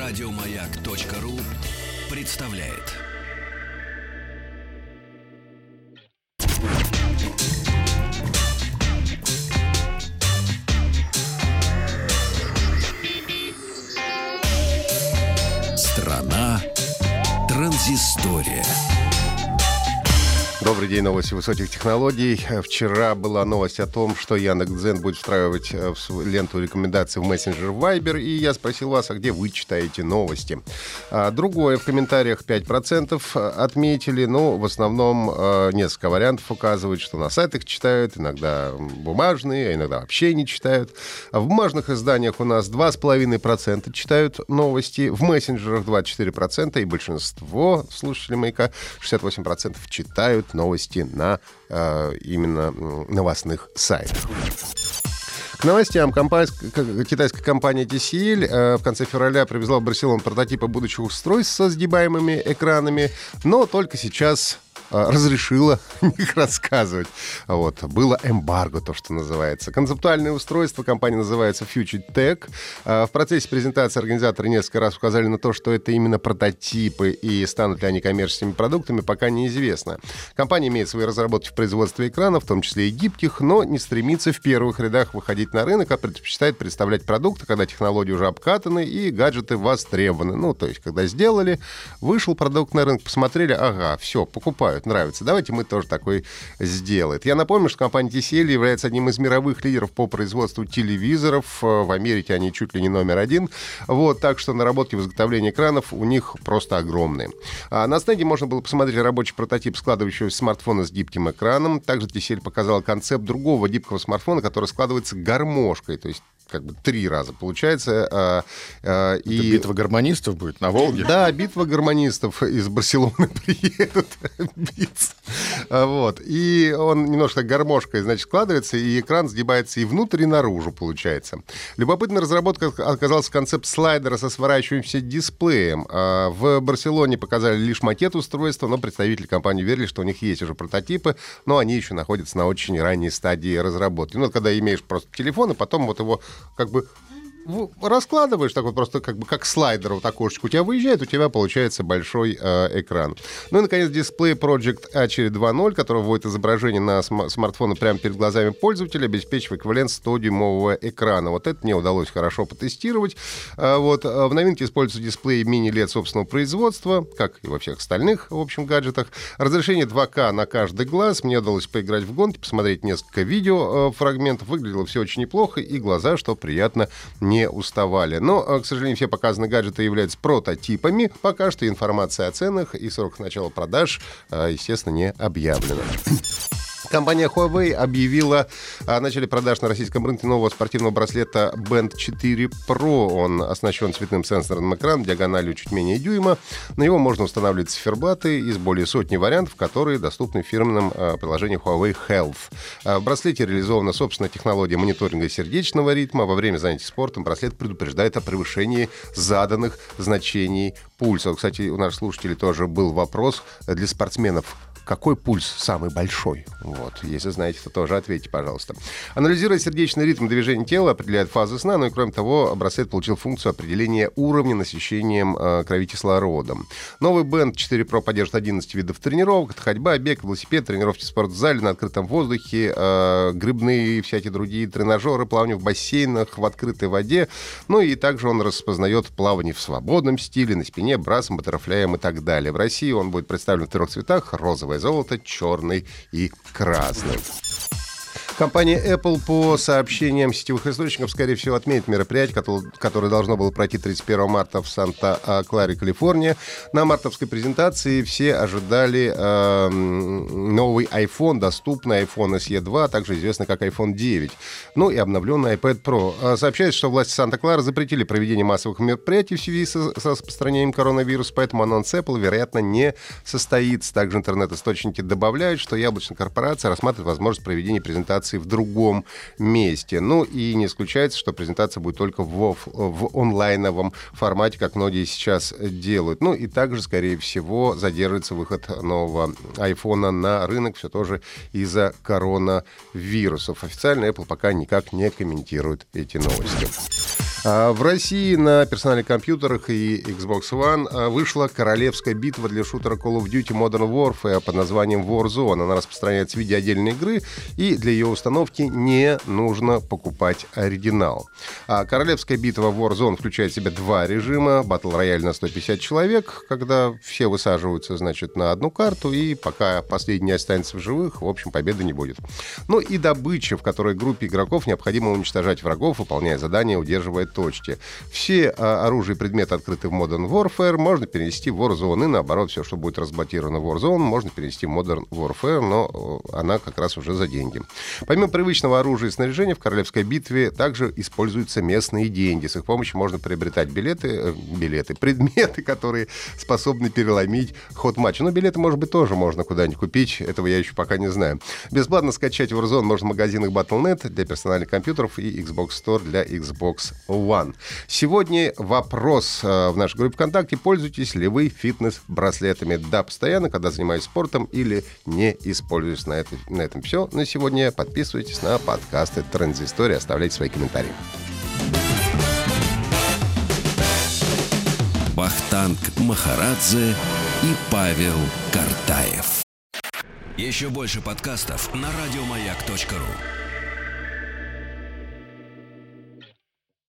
Радиомаяк.ру представляет. Страна транзистория. Добрый день, новости высоких технологий. Вчера была новость о том, что Яндекс.Дзен будет встраивать в свою ленту рекомендаций в мессенджер Viber, и я спросил вас, а где вы читаете новости? Другое, в комментариях 5% отметили, но в основном несколько вариантов указывают, что на сайтах читают, иногда бумажные, а иногда вообще не читают. В бумажных изданиях у нас 2,5% читают новости, в мессенджерах 24%, и большинство слушателей «Маяка», 68%, читают новости на именно новостных сайтах. К новостям. Китайская компания TCL в конце февраля привезла в Барселону прототипы будущих устройств со сгибаемыми экранами, но только сейчас разрешила о них рассказывать. Вот. Было эмбарго, то, что называется. Концептуальное устройство компании называется Future Tech. В процессе презентации организаторы несколько раз указали на то, что это именно прототипы, и станут ли они коммерческими продуктами, пока неизвестно. Компания имеет свои разработки в производстве экранов, в том числе и гибких, но не стремится в первых рядах выходить на рынок, а предпочитает представлять продукты, когда технологии уже обкатаны и гаджеты востребованы. Ну, то есть, когда сделали, вышел продукт на рынок, посмотрели, ага, все, покупают, нравится. Давайте мы тоже такой сделаем. Я напомню, что компания TCL является одним из мировых лидеров по производству телевизоров. В Америке они чуть ли не номер один. Вот, так что наработки в изготовлении экранов у них просто огромные. На стенде можно было посмотреть рабочий прототип складывающегося смартфона с гибким экраном. Также TCL показала концепт другого гибкого смартфона, который складывается гармошкой. То есть как бы 3 раза получается. Это битва гармонистов будет на Волге? Да, битва гармонистов из Барселоны приедут биться. Вот. И он немножко гармошкой, значит, складывается, и экран сгибается и внутрь, и наружу, получается. Любопытной разработкой оказался концепт слайдера со сворачивающимся дисплеем. В Барселоне показали лишь макет устройства, но представители компании верили, что у них есть уже прототипы, но они еще находятся на очень ранней стадии разработки. Ну, когда имеешь просто телефон, и потом вот его как бы раскладываешь так вот просто как слайдер, вот окошечко у тебя выезжает, у тебя получается большой экран. Ну и, наконец, дисплей Project A 2.0, который вводит изображение на смартфоны прямо перед глазами пользователя, обеспечивает эквивалент 100-дюймового экрана. Вот это мне удалось хорошо потестировать. Вот. В новинке используется дисплей мини-LED собственного производства, как и во всех остальных, в общем, гаджетах. Разрешение 2К на каждый глаз. Мне удалось поиграть в гонки, посмотреть несколько видеофрагментов. Выглядело все очень неплохо, и глаза, что приятно, не уставали. Но, к сожалению, все показанные гаджеты являются прототипами. Пока что информация о ценах и сроках начала продаж, естественно, не объявлена. Компания Huawei объявила о начале продаж на российском рынке нового спортивного браслета Band 4 Pro. Он оснащен цветным сенсорным экраном диагональю чуть менее дюйма. На него можно устанавливать циферблаты из более сотни вариантов, которые доступны в фирменном приложении Huawei Health. В браслете реализована собственная технология мониторинга сердечного ритма. Во время занятий спортом браслет предупреждает о превышении заданных значений пульса. Вот, кстати, у наших слушателей тоже был вопрос для спортсменов. Какой пульс самый большой? Вот. Если знаете, то тоже ответьте, пожалуйста. Анализируя сердечный ритм движения тела, определяет фазы сна, ну и, кроме того, браслет получил функцию определения уровня насыщением крови кислородом. Новый Band 4 Pro поддержит 11 видов тренировок. Это ходьба, бег, велосипед, тренировки в спортзале, на открытом воздухе, грибные всякие другие тренажеры, плавание в бассейнах, в открытой воде. Ну и также он распознает плавание в свободном стиле, на спине, брасом, баттерфляем и так далее. В России он будет представлен в 3 цветах: розовый, золото, черный и красный. Компания Apple, по сообщениям сетевых источников, скорее всего, отменит мероприятие, которое должно было пройти 31 марта в Санта-Кларе, Калифорния. На мартовской презентации все ожидали новый iPhone, доступный iPhone SE 2, также известный как iPhone 9, ну и обновленный iPad Pro. Сообщается, что власти Санта-Клара запретили проведение массовых мероприятий в связи с распространением коронавируса, поэтому анонс Apple, вероятно, не состоится. Также интернет-источники добавляют, что яблочная корпорация рассматривает возможность проведения презентации в другом месте. Ну и не исключается, что презентация будет только в онлайновом формате, как многие сейчас делают. Ну и также, скорее всего, задержится выход нового айфона на рынок все тоже из-за коронавирусов. Официально Apple пока никак не комментирует эти новости. В России на персональных компьютерах и Xbox One вышла королевская битва для шутера Call of Duty Modern Warfare под названием Warzone. Она распространяется в виде отдельной игры, и для ее установки не нужно покупать оригинал. Королевская битва Warzone включает в себя два режима. Battle Royale на 150 человек, когда все высаживаются, значит, на одну карту, и пока последний останется в живых, в общем, победы не будет. Ну и добыча, в которой группе игроков необходимо уничтожать врагов, выполняя задания, удерживая точки. Все оружие и предметы, открытые в Modern Warfare, можно перенести в Warzone, и наоборот, все, что будет разблокировано в Warzone, можно перенести в Modern Warfare, но она как раз уже за деньги. Помимо привычного оружия и снаряжения, в королевской битве также используются местные деньги. С их помощью можно приобретать предметы, которые способны переломить ход матча. Но билеты, может быть, тоже можно куда-нибудь купить, этого я еще пока не знаю. Бесплатно скачать Warzone можно в магазинах Battle.net для персональных компьютеров и Xbox Store для Xbox One. Сегодня вопрос в нашей группе ВКонтакте: пользуетесь ли вы фитнес-браслетами? Да, постоянно, когда занимаюсь спортом, или не используюсь. На этом все на сегодня. Подписывайтесь на подкасты Транзистория, оставляйте свои комментарии. Вахтанг Махарадзе и Павел Картаев. Еще больше подкастов на радиомаяк.ру.